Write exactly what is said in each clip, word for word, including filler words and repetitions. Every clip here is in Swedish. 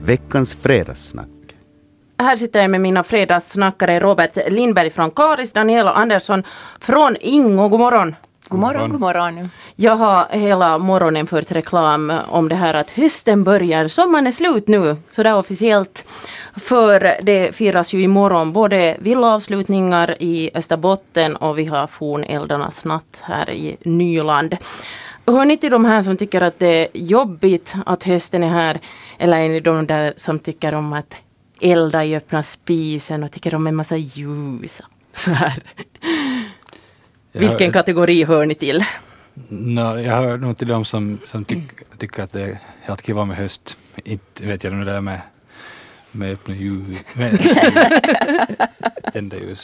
Veckans fredagssnack. Här sitter jag med mina fredagssnackare Robert Lindberg från Karis, Daniela Andersson från Ingo. God morgon. God morgon, god morgon. Jag har hela morgonen fört reklam om det här att hösten börjar. Sommaren är slut nu, så det är officiellt. För det firas ju imorgon både villavslutningar i Österbotten och vi har forneldarnas natt här i Nyland. Hör ni till de här som tycker att det är jobbigt att hösten är här? Eller är ni de där som tycker om att elda i öppna spisen och tycker om en massa ljus? Så här. Vilken kategori hör ni till? No, jag hör nog till dem som, som tyck, tycker att det är helt kiva med höst. Inte vet jag nu det där med, med öppna ljus. Tända ljus.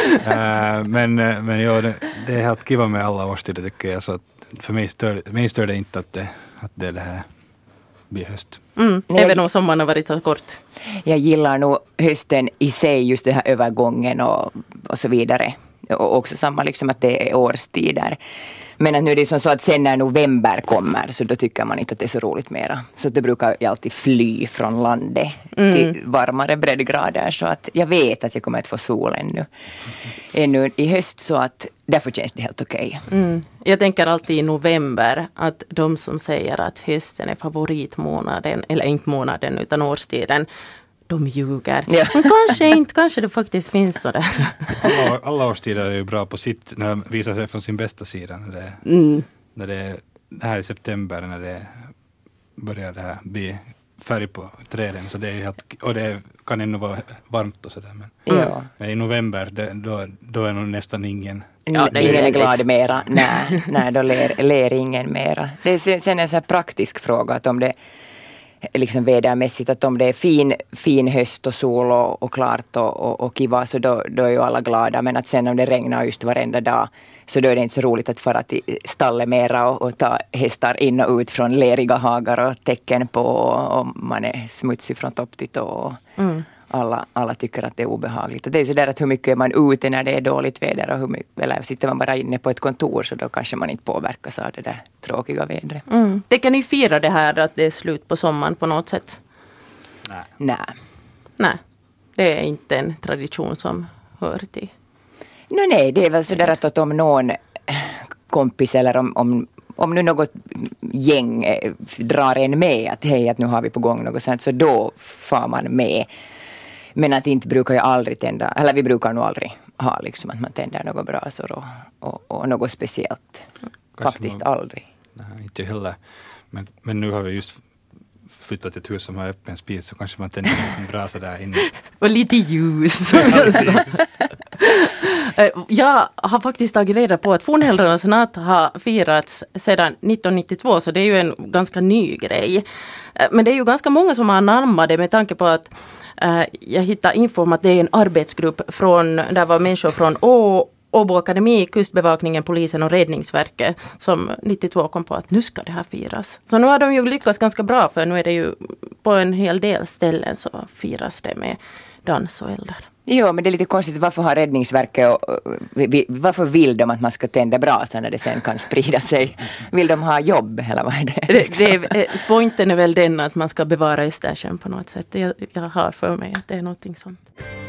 Uh, men men ja, det, det är helt kiva med alla årstider tycker jag. Så att för mig stör, mig stör det inte att det, att det, det här blir höst. Mm, även om sommaren har varit så kort. Jag gillar nog hösten i sig, just det här övergången och, och så vidare. Och också samma liksom att det är årstider. Men att nu är det som så att sen när november kommer så då tycker man inte att det är så roligt mera. Så det brukar jag alltid fly från landet mm. till varmare breddgrader. Så att jag vet att jag kommer att få sol ännu, ännu i höst, så att därför känns det helt okej. Okay. Mm. Jag tänker alltid i november att de som säger att hösten är favoritmånaden, eller inte månaden utan årstiden, de ljuger. Ja. Men kanske inte, kanske det faktiskt finns så där. Alla, alla årstider är ju bra på sitt, när de visar sig från sin bästa sida. När det, mm. när det är här i september, när det börjar det här bli färg på träden. Så det är helt, och det kan ännu vara varmt och sådär. Men, ja. men i november, det, då, då är nog nästan ingen. Ja, det är ingen glad mera. Nej, nej, då ler, ler ingen mera. Det är sen en sån här praktisk fråga att om det liksom vädermässigt, att om det är fin, fin höst och sol och, och klart och, och, och kiva, så då, då är ju alla glada. Men att sen om det regnar just varenda dag, så då är det inte så roligt att fara till stallet mera och, och ta hästar in och ut från leriga hagar och tecken på, och, och man är smutsig från topp till tå. Mm. Alla, alla tycker att det är obehagligt. Och det är så där att hur mycket är man ute när det är dåligt väder, och hur mycket, eller sitter man bara inne på ett kontor, så då kanske man inte påverkas av det där tråkiga vädret. Mm. Det kan ni fira det här att det är slut på sommaren på något sätt? Nej. Nej. Nej, det är inte en tradition som hör till. No, nej, det är väl så där att om någon kompis eller om, om Om nu något gäng eh, drar en med att hej, att nu har vi på gång något sånt, så då får man med. Men att inte brukar jag aldrig tända, eller vi brukar nog aldrig ha liksom att man tänder något brasor och, och, och något speciellt. Kanske faktiskt någon, aldrig. Nej, inte heller. Men, men nu har vi just flyttat till ett hus som har öppen spis, så kanske man tänder en brasa där inne. Och lite ljus. Jag har faktiskt tagit reda på att forneldarnas natt har firats sedan nittonhundranittiotvå, så det är ju en ganska ny grej. Men det är ju ganska många som har anammat det, med tanke på att äh, jag hittade info om att det är en arbetsgrupp från, där var människor från Å, Åbo Akademi, Kustbevakningen, Polisen och Räddningsverket som nittiotvå kom på att nu ska det här firas. Så nu har de ju lyckats ganska bra, för nu är det ju på en hel del ställen så firas det med dans och eldar. Jo, men det är lite konstigt. Varför har Räddningsverket och, varför vill de att man ska tända brasan när det sen kan sprida sig? Vill de ha jobb eller vad är det? det, det är, pointen är väl den att man ska bevara Östersjön på något sätt. Jag, jag har för mig att det är någonting sånt.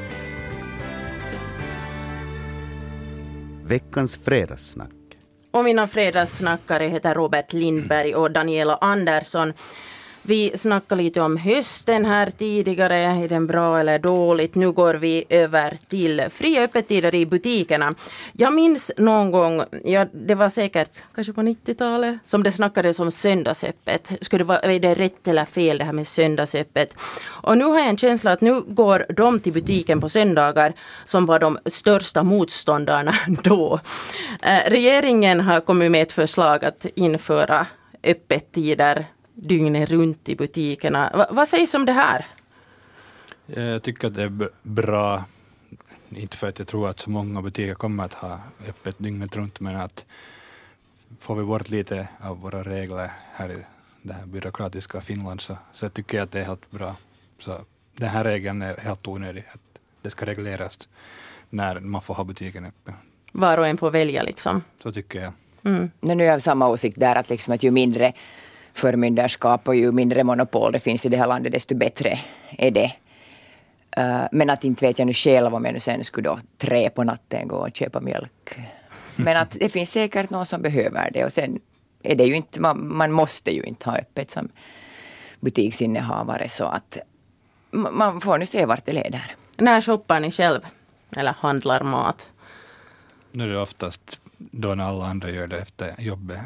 Veckans fredagssnack. Och mina fredagssnackare heter Robert Lindberg och Daniela Andersson. Vi snackade lite om hösten här tidigare. Är den bra eller dåligt? Nu går vi över till fria öppettider i butikerna. Jag minns någon gång, ja, det var säkert kanske på nittiotalet, som det snackades om söndagsöppet. Skulle det vara, är det rätt eller fel det här med söndagsöppet? Och nu har jag en känsla att nu går de till butiken på söndagar som var de största motståndarna då. Eh, regeringen har kommit med ett förslag att införa öppettider dygnet runt i butikerna. Va, vad sägs om det här? Jag tycker att det är b- bra. Inte för att jag tror att så många butiker kommer att ha öppet dygnet runt, men att får vi bort lite av våra regler här i det här byråkratiska Finland, så, så tycker jag att det är helt bra. Så den här regeln är helt onödig. Att det ska regleras när man får ha butiken öppen. Var och en får välja liksom. Så tycker jag. Mm. Nu är jag av samma åsikt där, att, liksom att ju mindre förmyndarskap och ju mindre monopol det finns i det här landet desto bättre är det. Uh, men att inte vet jag nu själv om jag nu sen skulle då tre på natten gå och köpa mjölk. Men att det finns säkert någon som behöver det och sen är det ju inte, man, man måste ju inte ha öppet som butiksinnehavare så att man får nu se vart det leder. När shoppar ni själv? Eller handlar mat? Nu är det oftast då när alla andra gör det efter jobbet.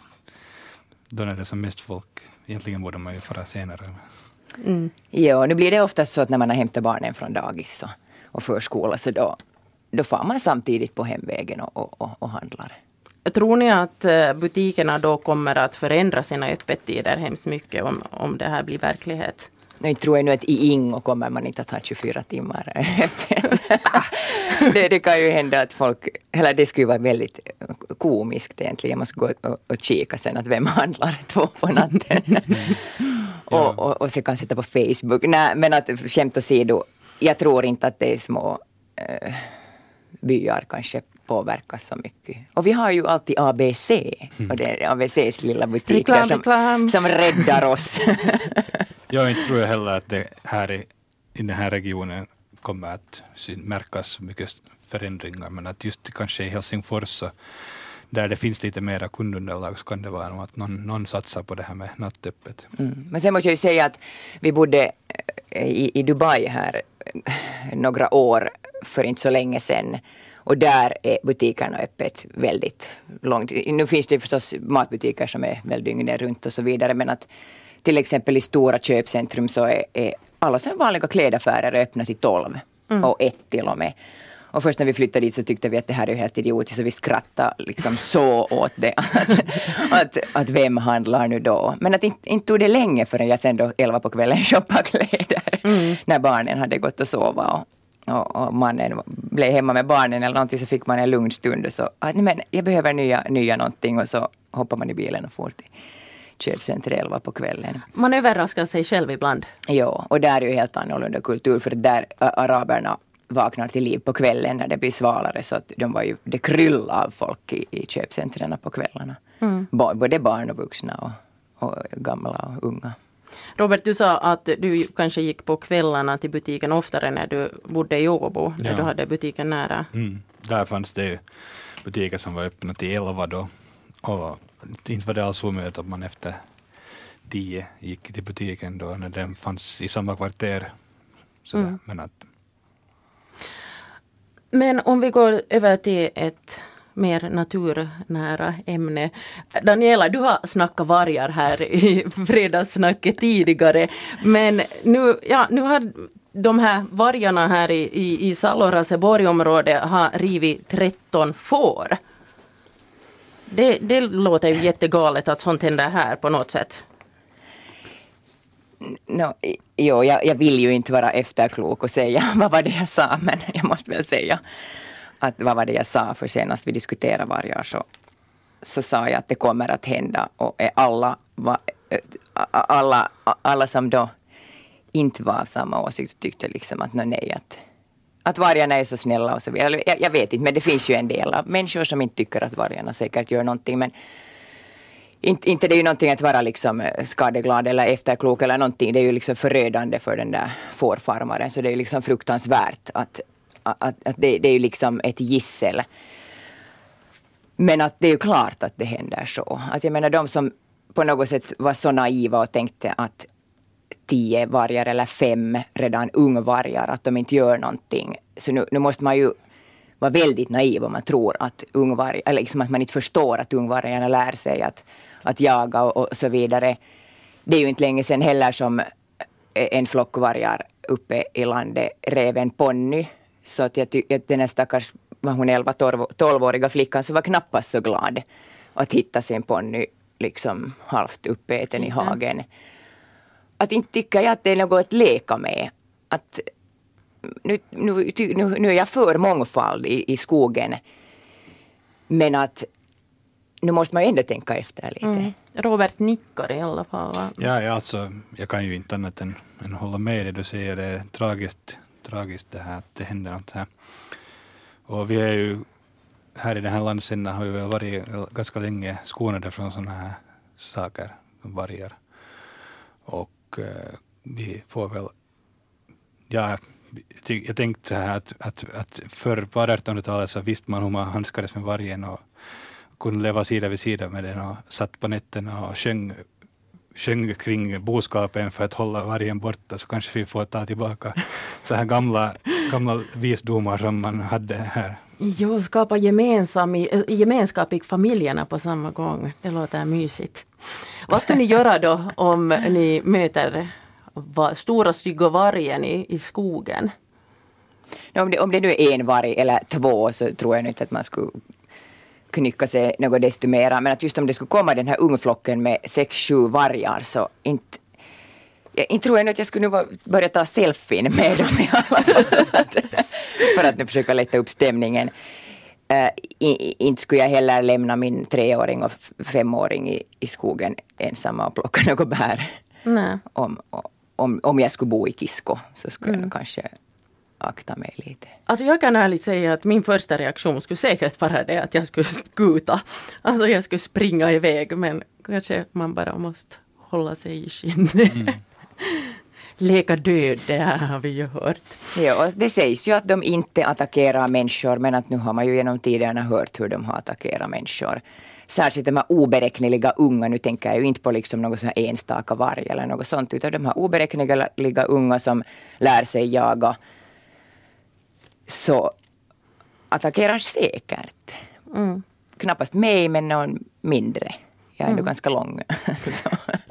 Då är det som mest folk. Egentligen borde man ju fara senare. Mm. Ja, nu blir det oftast så att när man har hämtat barnen från dagis och, och förskola så då, då får man samtidigt på hemvägen och, och, och handlar. Tror ni att butikerna då kommer att förändra sina öppettider hemskt mycket om, om det här blir verklighet? Jag tror jag nu att i Ingo kommer man inte att ha tjugofyra timmar öppet. det, det kan ju hända att folk, eller det skulle vara väldigt komiskt egentligen. Man ska gå och, och kika sen att vem handlar två på natten. och, och, och så kan sätta på Facebook. Nej, men att skämt åsido, jag tror inte att det är små äh, byar kanske påverkas så mycket. Och vi har ju alltid A B C. Mm. Och det är A B C:s lilla butik reklam, där som, reklam. som räddar oss. Jag inte tror jag heller att det här i, i den här regionen kommer att märkas mycket förändringar. Men att just kanske i Helsingfors så, där det finns lite mera kundunderlag så kan det vara att någon, någon satsar på det här med nattöppet. Mm. Men sen måste jag ju säga att vi bodde i, i Dubai här några år för inte så länge sedan. Och där är butikerna öppet väldigt långt. Nu finns det förstås matbutiker som är väl dygnet runt och så vidare. Men att till exempel i stora köpcentrum så är, är alla som vanliga klädaffärer öppna till tolv. Mm. Och ett till och med. Och först när vi flyttade dit så tyckte vi att det här är ju helt idiotiskt. Så vi skrattade liksom så åt det. Att, att, att vem handlar nu då? Men att inte, inte tog det länge förrän jag sen då elva på kvällen shoppade kläder. Mm. När barnen hade gått och sova och Och, och mannen blev hemma med barnen eller någonting så fick man en lugn stund och så, att, nej men jag behöver nya, nya någonting och så hoppar man i bilen och får till köpcenter elva på kvällen. Man överraskar sig själv ibland. Ja, och där är ju helt annorlunda kultur för där araberna vaknar till liv på kvällen när det blir svalare så att de var ju, det kryllar av folk i, i köpcentren på kvällarna. Mm. Både barn och vuxna och, och gamla och unga. Robert, du sa att du kanske gick på kvällarna till butiken oftare när du bodde i Åbo, när ja. du hade butiken nära. Mm. Där fanns det ju butiker som var öppna till elva då. Och inte var det alls omöjligt att man efter tio gick till butiken då när den fanns i samma kvarter. Mm. Men, att... Men om vi går över till ett mer naturnära ämne. Daniela, du har snackat vargar här i fredagssnacket tidigare. Men nu, ja, nu har de här vargarna här i, i, i Salo-Raseborg-området har rivit tretton får. Det, det låter ju jättegalet att sånt händer här på något sätt. No, jo, jag, jag vill ju inte vara efterklok och säga vad var det jag sa, men jag måste väl säga att vad var det jag sa för senast vi diskuterade vargar så, så sa jag att det kommer att hända och alla, alla, alla som då inte var av samma åsikt tyckte liksom att nej, att, att vargarna är så snälla och så vidare. Jag, jag vet inte, men det finns ju en del av människor som inte tycker att vargarna säkert gör någonting, men inte, inte det är ju någonting att vara liksom skadeglad eller efterklok eller någonting. Det är ju liksom förödande för den där fårfarmaren, så det är liksom fruktansvärt att Att, att det, det är ju liksom ett gissel. Men att det är ju klart att det händer så. Att jag menar de som på något sätt var så naiva och tänkte att tio vargar eller fem redan ungvargar, att de inte gör någonting. Så nu, nu måste man ju vara väldigt naiv om man tror att ungvargar, eller liksom att man inte förstår att ungvargarna lär sig att, att jaga och, och så vidare. Det är ju inte länge sedan heller som en flock vargar uppe i landet rev en ponny. Så att jag tycker att den här stackars, var hon elva tolv-åriga flickan så var knappast så glad att hitta sin ponny liksom halvt uppäten mm. i hagen. Att inte tycker jag att det är något att leka med. Att nu, nu, nu, nu är jag för mångfald i, i skogen. Men att nu måste man ju ändå tänka efter lite. Mm. Robert nickar i alla fall. Va? Ja, ja, alltså jag kan ju inte annat än, än hålla med dig. Du säger det är tragiskt. tragiskt det här att det händer något här. Och vi är ju här i den här landsidan har ju varit ganska länge skonade från sådana här saker. vargar. Och eh, vi får väl, ja, jag tänkte så här att, att, att för på artonhundratalet så visste man hur man handskades med vargen och kunde leva sida vid sida med den och satt på nätterna och sjöng, sjöng kring boskapen för att hålla vargen borta, så kanske vi får ta tillbaka så här gamla, gamla visdomar som man hade här. Jo, skapa gemensam, gemenskap i familjerna på samma gång. Det låter mysigt. Vad ska ni göra då om ni möter va, stora stygga vargen i, i skogen? Om det, om det nu är en varg eller två så tror jag inte att man skulle knycka sig något desto mera. Men att just om det skulle komma den här ungflocken med sex, sju vargar så inte, jag, inte tror jag att jag skulle nu börja ta selfien med dem i alla fall. För att nu försöka lätta upp stämningen. Uh, i, inte skulle jag heller lämna min treåring och femåring i, i skogen ensamma och plocka något bär. Nej. Om, om, om jag skulle bo i Kisko så skulle Mm. jag kanske akta mig lite. Alltså jag kan ärligt säga att min första reaktion skulle säkert vara det att jag skulle skuta. Alltså jag skulle springa iväg, men kanske man bara måste hålla sig i skinnet. Mm. Leka död, det här har vi ju hört. Ja, det sägs ju att de inte attackerar människor, men att nu har man ju genom tiderna hört hur de har attackerat människor. Särskilt de här oberäkneliga unga, nu tänker jag ju inte på liksom något sån här enstaka varg eller något sånt, utan de här oberäkneliga unga som lär sig jaga, så attackerar säkert. Mm. Knappast mig, men någon mindre. Jag är mm. nu ganska lång. Så.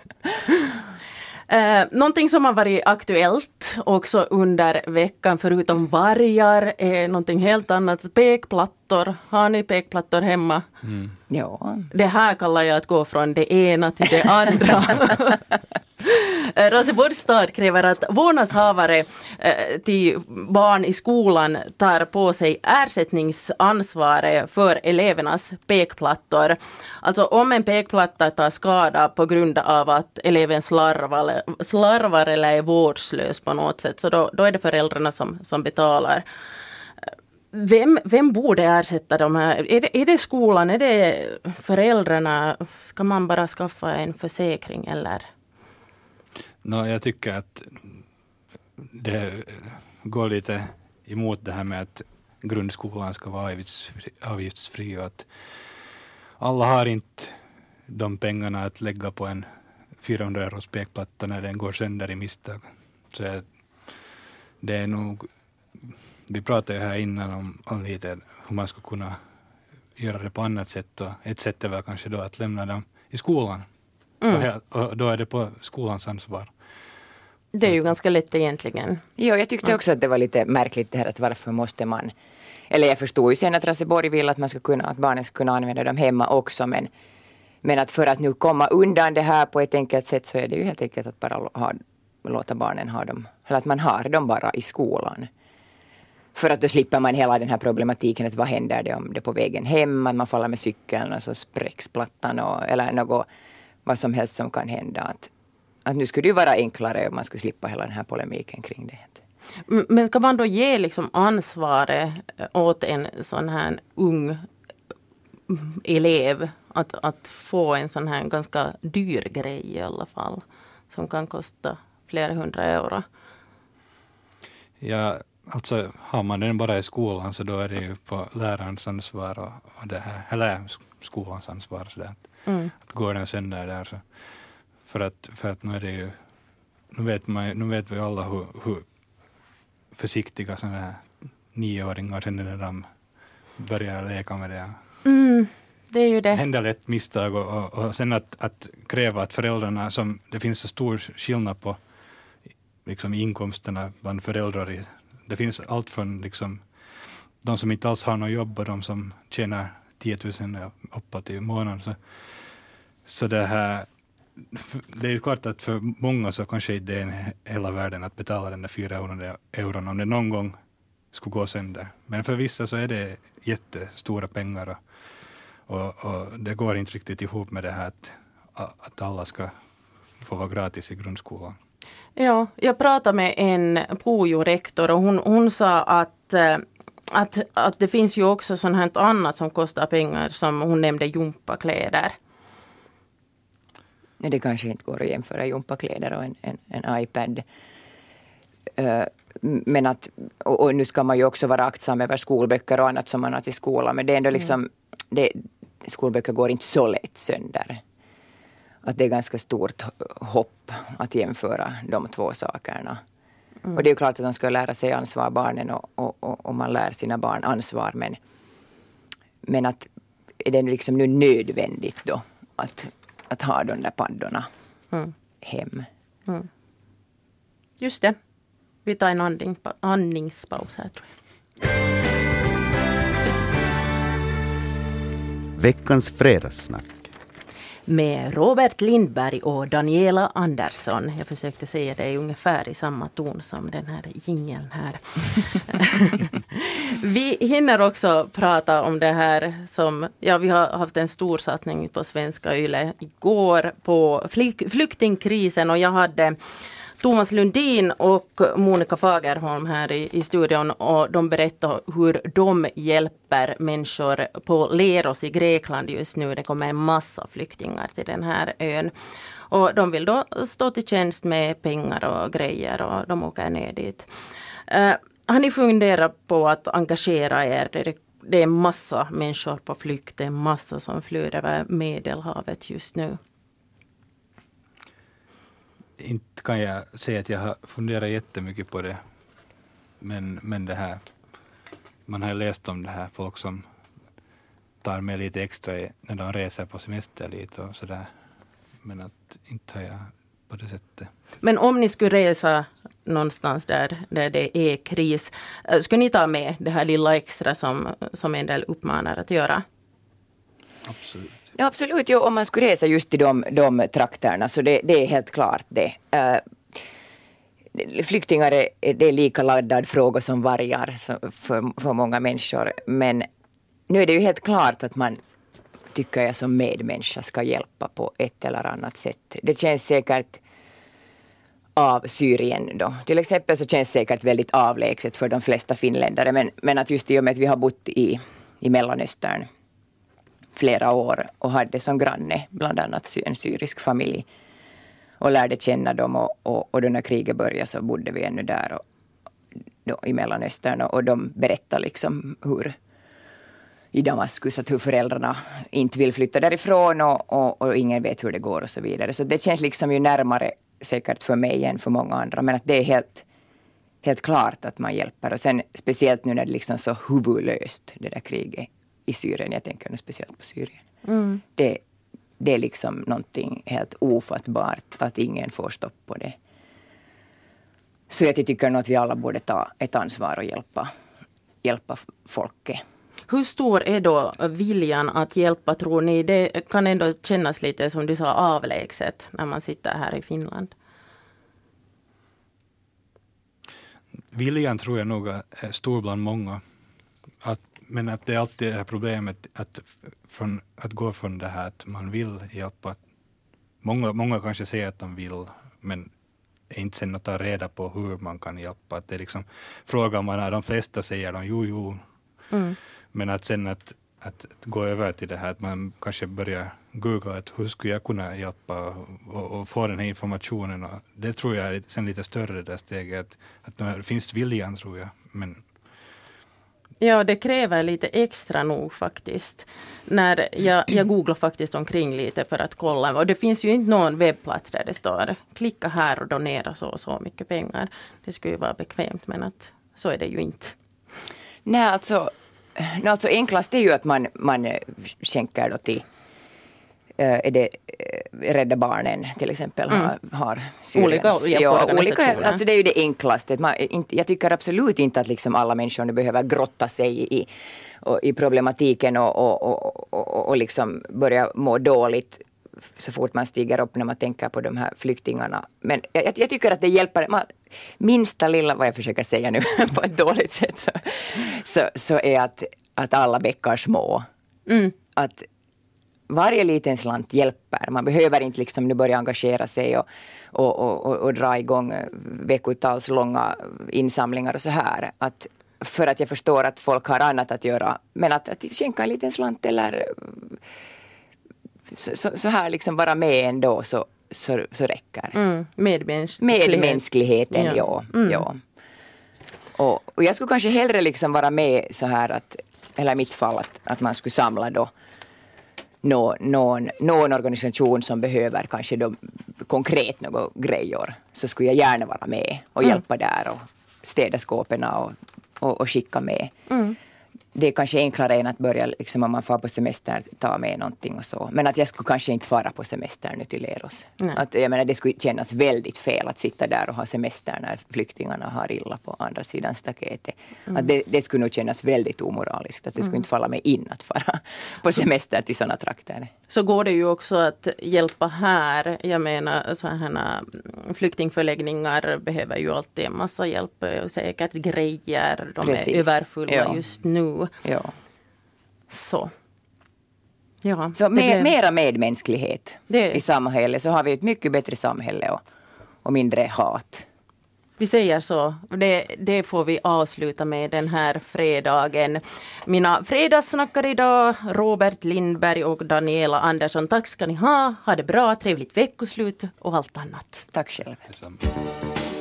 Eh, någonting som har varit aktuellt också under veckan förutom vargar är någonting helt annat. Pekplattor. Har ni pekplattor hemma? Mm. Ja. Det här kallar jag att gå från det ena till det andra. Raseborgs stad kräver att vårdnadshavare eh, till barn i skolan tar på sig ersättningsansvaret för elevernas pekplattor. Alltså om en pekplatta tar skada på grund av att eleven slarvar, slarvar eller är vårdslös på något sätt, så då, då är det föräldrarna som, som betalar. Vem, vem borde ersätta de här? Är det, är det skolan? Är det föräldrarna? Ska man bara skaffa en försäkring eller? No, jag tycker att det går lite emot det här med att grundskolan ska vara avgiftsfri, avgiftsfri och att alla har inte de pengarna att lägga på en fyrahundra euros pekplatta när den går sönder i misstag. Så det är nog, vi pratade ju här innan om, om lite hur man skulle kunna göra det på annat sätt, och ett sätt är väl kanske då att lämna dem i skolan. Mm. Och, och då är det på skolans ansvar. Det är ju ganska lätt egentligen. Ja, jag tyckte också att det var lite märkligt det här att varför måste man, eller jag förstår ju sen att Raseborg vill att man ska kunna, att barnen ska kunna använda dem hemma också, men, men att för att nu komma undan det här på ett enkelt sätt så är det ju helt enkelt att bara ha, låta barnen ha dem, eller att man har dem bara i skolan. För att då slipper man hela den här problematiken att vad händer det om det är på vägen hem, att man faller med cykeln och så spräcks plattan och, eller något, vad som helst som kan hända. Att, att nu skulle det ju vara enklare om man skulle slippa hela den här polemiken kring det. Men ska man då ge liksom ansvaret åt en sån här ung elev att, att få en sån här ganska dyr grej i alla fall, som kan kosta flera hundra euro? Ja, alltså har man den bara i skolan så då är det ju på lärarens ansvar och, och det här, eller skolans ansvar så att, mm. att går den sönder där så. För att, för att nu är det ju, nu vet, man, nu vet vi alla hur, hur försiktiga sådana här nioåringar sen när de börjar leka med det. Mm, det är ju det. Det händer lätt misstag och, och, och sen att, att kräva att föräldrarna, som det finns så stor skillnad på liksom inkomsterna bland föräldrar. I, det finns allt från liksom de som inte alls har något jobb och de som tjänar tio tusen uppåt i månaden. Så, så det här, det är ju klart att för många så kanske inte är hela världen att betala den där fyrahundra euron om det någon gång skulle gå sönder. Men för vissa så är det jättestora pengar och, och, och det går inte riktigt ihop med det här att, att alla ska få vara gratis i grundskolan. Ja, jag pratade med en Pujo-rektor och hon, hon sa att, att, att det finns ju också sånt här annat som kostar pengar, som hon nämnde jumpakläder. Det kanske inte går att jämföra gympakläder och en, en, en iPad. Uh, men att, och, och nu ska man ju också vara aktsam över skolböcker och annat som man har till skolan. Men det är ändå liksom, mm. det, skolböcker går inte så lätt sönder. Att det är ganska stort hopp att jämföra de två sakerna. Mm. Och det är ju klart att de ska lära sig ansvar, barnen, och, och, och, och man lär sina barn ansvar. Men, men att är det liksom nu nödvändigt då att, att ha de där paddorna mm. hem. Mm. Just det. Vi tar en andning, andningspaus här, tror jag. Veckans fredagssnack. Med Robert Lindberg och Daniela Andersson. Jag försökte säga det ungefär i samma ton som den här jingeln här. Vi hinner också prata om det här som, ja, vi har haft en stor satsning på Svenska Yle igår på flyk, flyktingkrisen, och jag hade Thomas Lundin och Monica Fagerholm här i, i studion, och de berättar hur de hjälper människor på Leros i Grekland just nu. Det kommer en massa flyktingar till den här ön. Och de vill då stå till tjänst med pengar och grejer, och de åker ner dit. Uh, har ni funderat på att engagera er? Det, det är en massa människor på flykt, det är en massa som flyr över Medelhavet just nu. Inte kan jag säga att jag har funderat jättemycket på det. Men, men det här, man har läst om det här, folk som tar med lite extra när de reser på semester lite och sådär. Men att inte har jag på det sättet. Men om ni skulle resa någonstans där, där det är kris, skulle ni ta med det här lilla extra som, som en del uppmanar att göra? Absolut. Ja, absolut, jo, om man skulle resa just till de, de trakterna, så det, det är helt klart det. Uh, flyktingar är, det är lika laddad fråga som vargar för, för många människor. Men nu är det ju helt klart att man, tycker jag, som medmänniska ska hjälpa på ett eller annat sätt. Det känns säkert av Syrien då. Till exempel så känns det säkert väldigt avlägset för de flesta finländare. Men, men att just i och med att vi har bott i, i Mellanöstern flera år och hade som granne bland annat en syrisk familj och lärde känna dem, och, och, och då när kriget började så bodde vi ännu där och, då, i Mellanöstern, och, och de berättade liksom hur i Damaskus att hur föräldrarna inte vill flytta därifrån och, och, och ingen vet hur det går och så vidare. Så det känns liksom ju närmare säkert för mig än för många andra, men att det är helt, helt klart att man hjälper, och sen speciellt nu när det liksom så huvudlöst det där kriget i Syrien, jag tänker nu speciellt på Syrien. Mm. Det, det är liksom någonting helt ofattbart att ingen får stopp på det. Så jag tycker nog att vi alla borde ta ett ansvar och hjälpa, hjälpa folket. Hur stor är då viljan att hjälpa, tror ni? Det kan ändå kännas lite, som du sa, avlägset när man sitter här i Finland. Viljan tror jag nog är stor bland många. Att Men att det är alltid det här problemet att, från, att gå från det här att man vill hjälpa. Många, många kanske säger att de vill, men inte sen att ta reda på hur man kan hjälpa. Att det är liksom, frågar man när de flesta säger de jo, jo. Mm. Men att sen att, att, att gå över till det här att man kanske börjar googla att hur skulle jag kunna hjälpa och, och få den här informationen. Och det tror jag är sen lite större det steget. Att, att det finns viljan, tror jag, men ja, det kräver lite extra nog faktiskt. När jag, jag googlar faktiskt omkring lite för att kolla. Och det finns ju inte någon webbplats där det står klicka här och donera så och så mycket pengar. Det skulle ju vara bekvämt, men att så är det ju inte. Nej, alltså, nej, alltså enklast är ju att man, man skänker då till är det Rädda Barnen till exempel mm. har, har Syriens. Olika, ja, olika, alltså det är ju det enklaste. Man, inte, jag tycker absolut inte att liksom alla människor nu behöver grotta sig i, och, i problematiken och, och, och, och, och liksom börja må dåligt så fort man stiger upp när man tänker på de här flyktingarna. Men jag, jag tycker att det hjälper. Man, minsta lilla, vad jag försöker säga nu på ett dåligt sätt, så, så, så är att, att alla bäckar små. Mm. Att varje liten slant hjälper. Man behöver inte liksom nu börja engagera sig och, och, och, och, och dra igång veckotals långa insamlingar och så här. Att, för att jag förstår att folk har annat att göra. Men att, att skänka en liten slant eller så, så, så här liksom vara med ändå, så, så, så räcker. Mm. Medmänsklighet. Medmänskligheten, ja. Ja. ja. Mm. ja. Och, och jag skulle kanske hellre liksom vara med så här att, eller i mitt fall att, att man skulle samla då nå, någon, någon organisation som behöver kanske då konkret några grejer, så skulle jag gärna vara med och hjälpa mm. där och städa skåpen och, och, och skicka med. Mm. Det är kanske enklare än att börja, liksom, om man får på semester, ta med någonting och så. Men att jag skulle kanske inte fara på semester nu till Leros. Att, jag menar, det skulle kännas väldigt fel att sitta där och ha semester när flyktingarna har illa på andra sidan staketet. Mm. Att det, det skulle nog kännas väldigt omoraliskt. Att det skulle mm. inte falla mig in att fara på semester till sådana trakter. Så går det ju också att hjälpa här. Jag menar, så här flyktingförläggningar behöver ju alltid en massa hjälp. Säkert grejer, de Precis. är överfulla ja. just nu. Ja. Så. Ja, så med, blev... mera medmänsklighet det... i samhället, så har vi ett mycket bättre samhälle och, och mindre hat. Vi säger så. Det, det får vi avsluta med den här fredagen. Mina fredagssnackare idag, Robert Lindberg och Daniela Andersson. Tack ska ni ha. Ha det bra, trevligt veckoslut och allt annat. Tack själv.